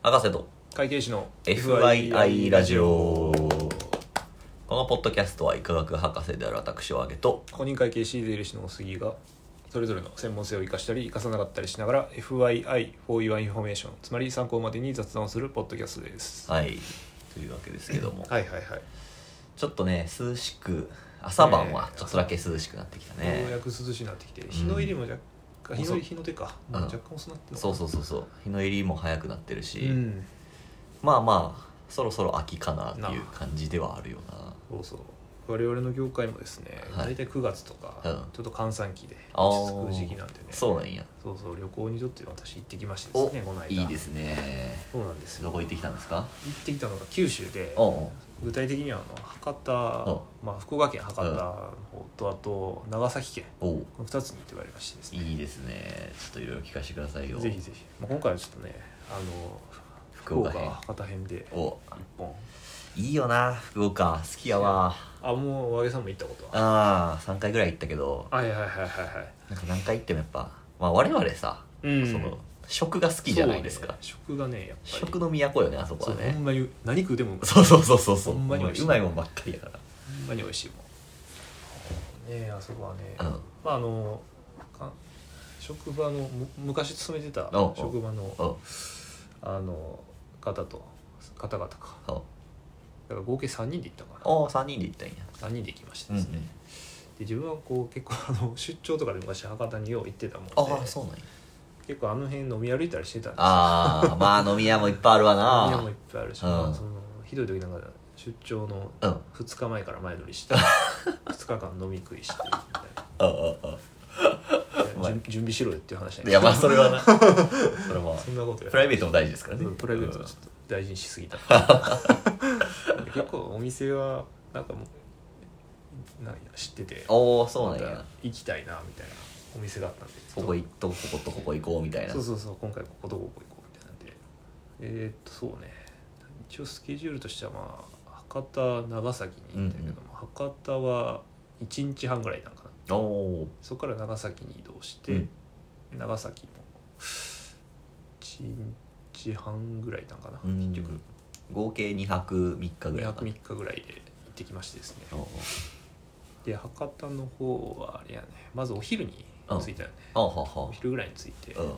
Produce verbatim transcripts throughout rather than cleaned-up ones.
博士と会計士のエフワイアイ ラジオ。このポッドキャストは医科学博士である私を挙げと公認会計士税理士の杉がそれぞれの専門性を生かしたり生かさなかったりしながら エフワイアイ for your information つまり参考までに雑談をするポッドキャストです。 はいというわけですけどもはいはいはい。 ちょっとね涼しく朝晩はちょっとだけ涼しくなってきたね。 ようやく涼しくなってきて日の入りも若干、うん、日の日の出か、 うん、 若干遅なってる。 そうそうそうそう日の入りも早くなってるし、 うん、 まあまあそろそろ秋かなっていう感じではあるよな。 そうそう我々の業界もですね、 はい、 大体くがつとか、 うん、 ちょっと閑散期で落ち着く時期なんでね。 そうなんや。 そうそう旅行にとって私行ってきましてですねこの間。 いいですね。 そうなんですよ。 どこ行ってきたんですか？ 行ってきたのが九州で、 おうおう具体的にはあの博多、まあ、福岡県博多の方とあと長崎県のふたつに行ってまいりましてですね。 いいですね。ちょっといろいろ聞かせてくださいよ。 ぜひぜひ、まあ、今回はちょっとねあの福岡編博多編でいっぽん。 いいよな福岡好きやわ。 あもうお揚げさんも行ったことはああさんかいぐらい行ったけど、 はいはいはいはいはい。 なんか何回行ってもやっぱ、まあ、我々さ、うん、その食が好きじゃないですか、 ね、食がねやっぱり食の都よねあそこはね。 ほんまに何食うでもそうそうそうそうそうほんまに美味しい、 うまいもんばっかりやからほんまに美味しいもんね。あそこはね、 うん、 まああの職場の昔勤めてた職場のあの方と方々かだから合計さんにんで行ったかな。 ああさんにんで行ったんや。 さんにんで行きましてですね、うんうん、で自分はこう結構あの出張とかで昔博多によう行ってたもんで、 ああそうなんや。結構あの辺飲み歩いたりしてたんですよ。 ああまあ飲み屋もいっぱいあるわな。 飲み屋もいっぱいあるし、うんまあ、そのひどい時なんか出張のふつかまえから前乗りして、うん、ふつかかん飲み食いしてみたいな準, 準備しろよっていう話いやまあそれはなそれもそんなことやプライベートも大事ですからね。 プライベートはちょっと大事にしすぎた結構お店はなんかもうなんや知ってておおそうなんや行きたいなみたいなお店があったんでここ行っとこことここ行こうみたいな。 そうそうそう今回こことここ行こうみたいなんでえー、っとそうね一応スケジュールとしてはまあ博多長崎に行ったけども、うんうん、博多はいちにちはんぐらいなんかな。おそこから長崎に移動して、うん、長崎もいちにちはんぐらいなんかな、うん、結局合計にはくみっかぐらいにはくみっかぐらいで行ってきましてですね。で博多の方はあれやねまずお昼に着いたよね。お昼ぐらいに着いて、うん、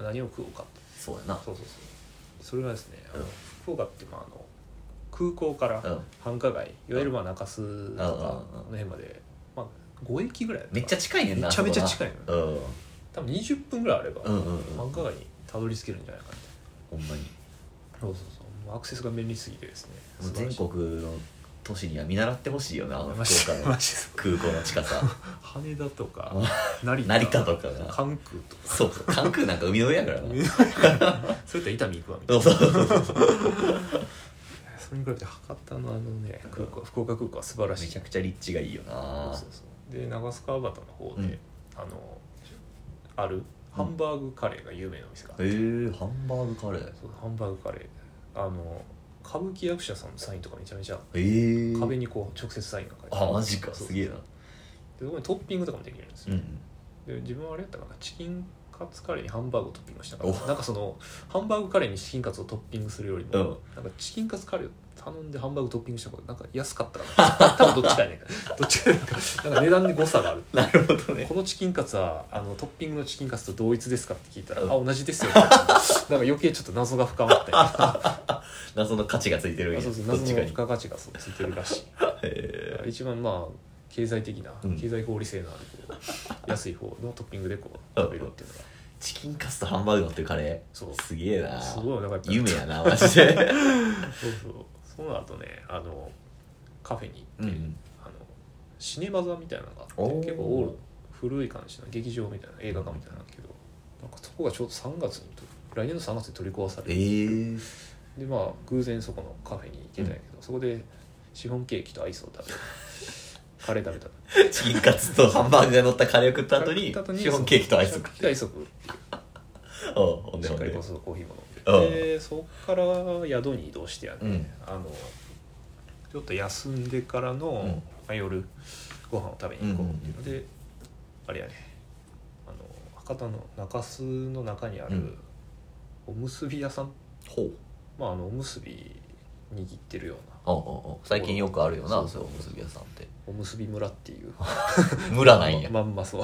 何を食おうかって。 そうやな。 そうそうそうそれがですね、うん、福岡ってまああの空港から繁華街、うん、いわゆるまあ中洲とかの辺まで、まあ、ごえきぐらいだった。 めっちゃ近いねんな。 めちゃめちゃ近いの、うん、多分にじゅっぷんぐらいあれば、 うんうんうん、 繁華街にたどり着けるんじゃないかみたいな。 ほんまにそうそうそうアクセスが便利すぎてですね。 全国の都市には見習ってほしいよな福岡の空港の近さ羽田とか成田, 成田とか関空とかそうそう関空なんか海の上やからなそういったら伊丹行くわみたいなそうそうそうそうそれに比べて博多のあのね空港福岡空港は素晴らしい。 めちゃくちゃ立地がいいよな。 そうそうそうで長須川端の方で、うん、あのあるハンバーグカレーが有名なお店があって、 へえー、ハンバーグカレー。 そうハンバーグカレーあの歌舞伎役者さんのサインとかめちゃめちゃ、 えー、 壁にこう直接サインが書いてある。あマジかすげえな。でそこにトッピングとかもできるんですよ、うん、で自分はあれやったかなチキンカツカレーにハンバーグをトッピングしたからなんかそのハンバーグカレーにチキンカツをトッピングするよりも、うん、なんかチキンカツカレーを頼んでハンバーグトッピングしたことなんか安かったら多分どっちかやねんかどっちかやねんかなんか値段に誤差があるなるほどね。 このチキンカツはあのトッピングのチキンカツと同一ですかって聞いたら、うん、あ同じですよってなんか余計ちょっと謎が深まったり謎の価値がついてるんや。 そうそう謎の付加価値がついてるらしいへ一番まあ経済的な、うん、経済合理性のあるこう安い方のトッピングでこう食べるっていうのがチキンカツとハンバーグ乗ってるカレーそうすげえな。 すごいなんか夢やなマジでそうそうその後ねあのカフェに行って、うん、あのシネマ座みたいなのがあって結構オール古い感じの劇場みたいな映画館みたいなんだけどなんかそこがちょうどさんがつに来年のさんがつに取り壊されて、えー、でまあ偶然そこのカフェに行けたんやけど、うん、そこでシフォンケーキとアイスを食べるカレー食べたチキンカツとハンバーグが乗ったカレーを食った後にシフォンケーキとアイスを食ってアイスを食うおしっかりこそコーヒーも飲んででそこから宿に移動してやね、うん、あのちょっと休んでからの、うんまあ、夜ご飯を食べに行こうっていうので、うんうんうん、あれやねあの博多の中洲の中にある、うん、おむすび屋さんまああのおむすび握ってるようなおうおうおう最近よくあるよなそうそうそういうおむすび屋さんっておむすび村っていう村なんやまんまそうへ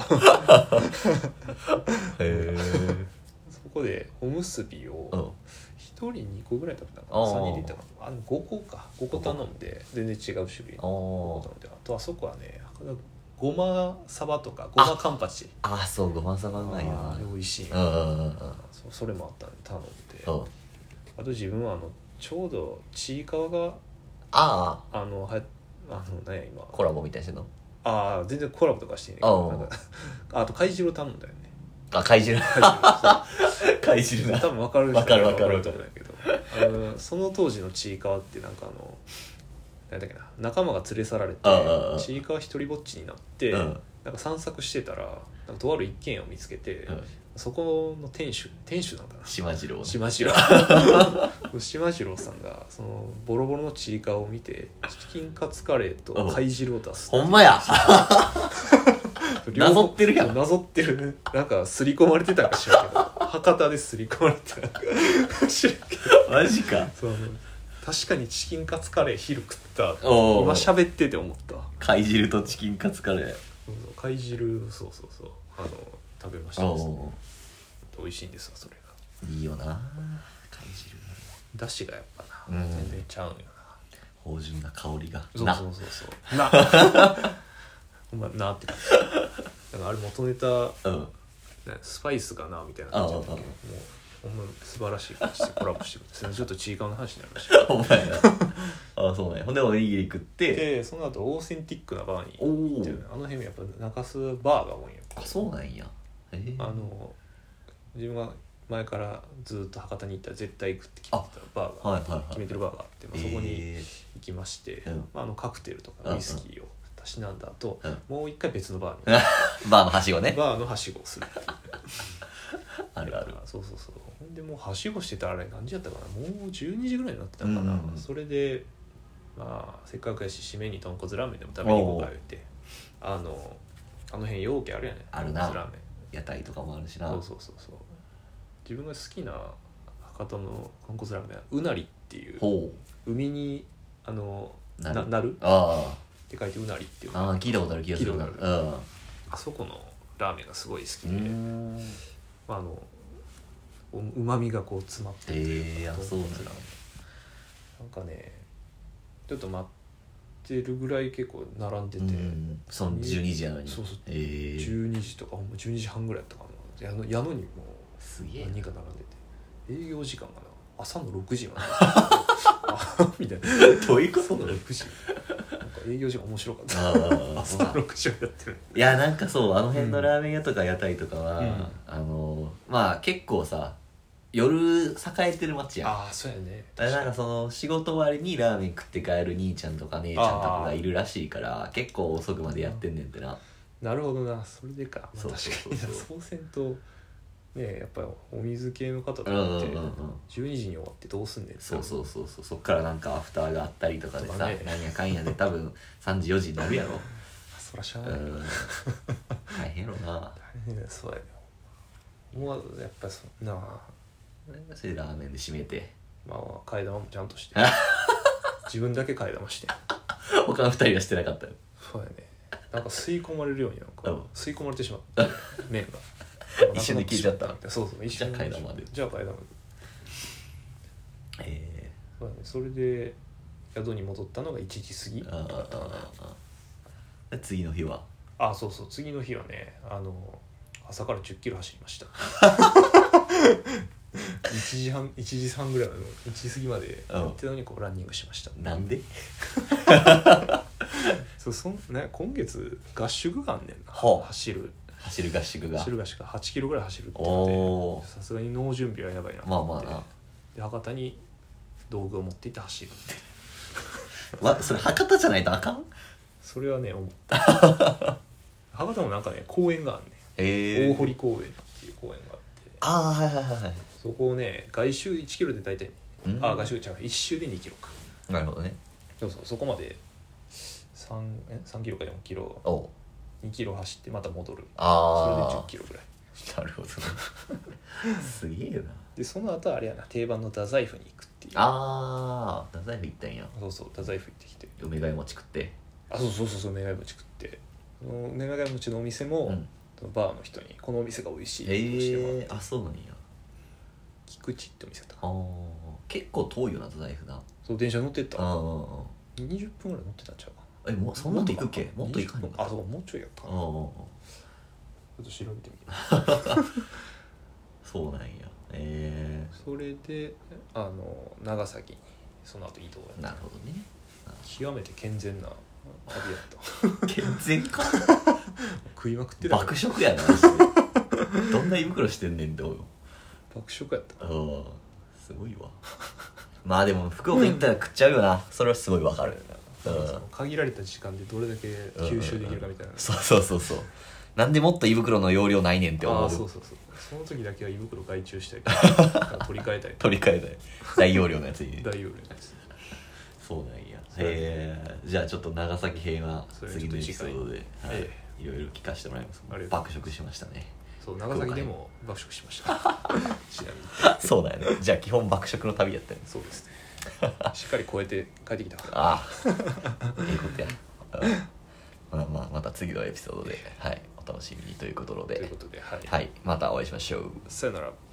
えそこでおむすびをうんひとりにこぐらい食べたあーかなさんにんでいったかなあのごこかごこ頼んで全然違う種類あのごこー頼んであとあそこはねごまサバとかごまカンパチあそうごまさばうまいよなあれ美味しい、 うんうんうんうんそうそれもあったんで頼んでうんあと自分はあのちょうどちいかわがあああのはあの何や今コラボみたいにしてんのああ全然コラボとかしてんねんけどなんかあと貝汁頼んだよねあ貝汁貝汁貝汁な多分分かるわかるわかる分と思うんだけどあのその当時のちいかわってなんかあの何だっけな仲間が連れ去られてああああちいかわ一人ぼっちになって、 うんなんか散策してたらなんかとある一軒家を見つけて、 うんそこの店主店主なんかな島次郎島次郎島次郎さんがそのボロボロのちいかわを見てチキンカツカレーと貝汁を出すほんまや両方なぞってるやんなぞってるなんか刷り込まれてたか知らんけど博多で刷り込まれてたか知らんけどマジかそう確かにチキンカツカレー昼食ったおー今喋ってて思った貝汁とチキンカツカレーそうそう貝汁そうそうそうあの食べましたですねお美味しいんですわそれがーいいよな貝汁だしがやっぱな、 うん全然ちゃうんよ芳醇な香りがなそうそうそうそうなほんまなって感じだからあれ元ネタうんねスパイスがなみたいな感じだったけどああああもうほんま素晴らしい感じでコラボしてくれてそれちょっとちいかわの話になりましたほんまやなあそうねほんでおにぎり食ってでその後オーセンティックなバーにお行っておあの辺やっぱ中洲バーが多いんよあそうなんやえー、 あの自分が前からずっと博多に行ったら絶対行くって決めてたバーが、 はいはいはい決めてるバーがあって、まあ、そこにえ行きまして、 うんまあ、あのカクテルとかウイスキーをたしなんだ後、 うんもう一回別のバーー、バーのはしごねにバーのはしごをするあるあるそうそうそうほんでもうはしごしてたらあれ何時やったかなもうじゅうにじぐらいになってたかな、 うんうんうんそれでまあせっかくやし締めに豚骨ラーメンでも食べに行こうか言ってあのあの辺容器あるやねあるな豚骨ラーメン屋台とかもあるしなそうそうそうそう自分が好きな博多の豚骨ラーメンはうなりっていうほ海にあのなるななるあって書いてうなりっていうああー聞いたことある気がするな聞いたことあるあそこのラーメンがすごい好きで、 うんうーんまあ、あのうまみがこう詰まってて、 ええー、あそうなんだなんかねちょっと待ってるぐらい結構並んでて、 うんそのじゅうにじやのにそうそうええー、 じゅうにじとかほんまじゅうにじはんぐらいやったかな矢野矢野にもすげえ何人か並んでて営業時間がな朝のろくじまであみたいなどういうこと朝のろくじなんか営業時間面白かったあー朝のろくじまでやってるいやなんかそうあの辺のラーメン屋とか屋台とかは、 うんあのまあ結構さ夜栄えてる街やんああそうやねだからなんかその仕事終わりにラーメン食って帰る兄ちゃんとか姉ちゃんとかがいるらしいから結構遅くまでやってんねんってななるほどなそれでか、まあ、 そう確そうそうそうかになそうせんとねやっぱりお水系の方とかうんうんってうんうんじゅうにじに終わってどうすんねんってそうそうそうそうそっからなんかアフターがあったりとかでさ、 とかねなんやかんやで多分さんじよじになるやろそらしゃあないうん大変やろな大変だよそうやねもうやっぱりそなあそれでラーメンで締めてまあ替え玉もちゃんとして自分だけ替え玉して他のふたりはしてなかったよそうやねなんか吸い込まれるようになんかうん吸い込まれてしまって麺が一瞬で消えちゃったそうそう一瞬じゃあ替え玉でじゃあ替え玉でえそうだねそれで宿に戻ったのがいちじ過ぎー、あーあーあーで次の日はあそうそう次の日はねあの朝からじゅっキロ走りましたいちじはんいちじはんぐらいのいちじ過ぎまでやってたのにこうランニングしましたなんでそうそん、ね、今月合宿があんねんな、 はあ走る走る合宿が走る合宿がはちキロぐらい走るって言おーってさすがに脳準備はやばいなとまあ思ってまあなで博多に道具を持っていって走るわそれ博多じゃないとあかんそれはね思った博多もなんかね公園があんねん、 えー、 大堀公園っていう公園があってああはいはいはいはいそこをね外周いちキロで大体、 うんあ外周ちゃういっ周でにキロかなるほどねそうそうそこまで 3, えさんキロかよんキロおうにキロ走ってまた戻るあそれであじゅっキロぐらいなるほどねすげえなでその後あれやな定番の太宰府に行くっていう。 ああ、太宰府行ったんや。 そうそう、太宰府行ってきて、 梅貝餅食って。 あ、そうそうそうそう、梅貝餅食って、その梅貝餅のお店も、うん、バーの人にこのお店が美味しいってしてもらって。 へえー、あ、そうなんや。 菊池ってお店だった。 ああ、結構遠いよな太宰府な。 そう、電車乗ってった。 ああ、 にじゅっぷんぐらい乗ってたんちゃうか。 え、もうそんなと行くっけ？もっと行かんのか。 あ、そう、もうちょいやったかな。ちょっと調べてみて。 そうなんや。えー、それであの長崎にその後移動やった。 なるほどね。 極めて健全な旅やった。 健全か。 食いまくってた。 爆食やな。どんな胃袋してんねんって思う。 爆食やった。 ああ、すごいわ。まあでも福岡行ったら食っちゃうよな。それはすごいわかる。 うん、限られた時間でどれだけ吸収できるかみたいな、うん、 そうそうそうそう。なんでもっと胃袋の容量ないねんって思う。 あ、そうそうそう。その時だけは胃袋外注したいから取り替えたい。 取り替えたい。大容量のやつに。 大容量のやつ。 そうなんや。へえ。じゃあちょっと長崎編は次のエピソードで、はい、いろいろ聞かせてもらいます。爆食しましたね。 そう、長崎でも爆食しました。ちなみに。 そうだよね。じゃあ基本爆食の旅やったよね。 そうですね。しっかり超えて帰ってきた。 ああ、いいことや。まあまあまた次のエピソードで、はい、お楽しみにということで、 ということで、はい、 はい、またお会いしましょう。 さよなら。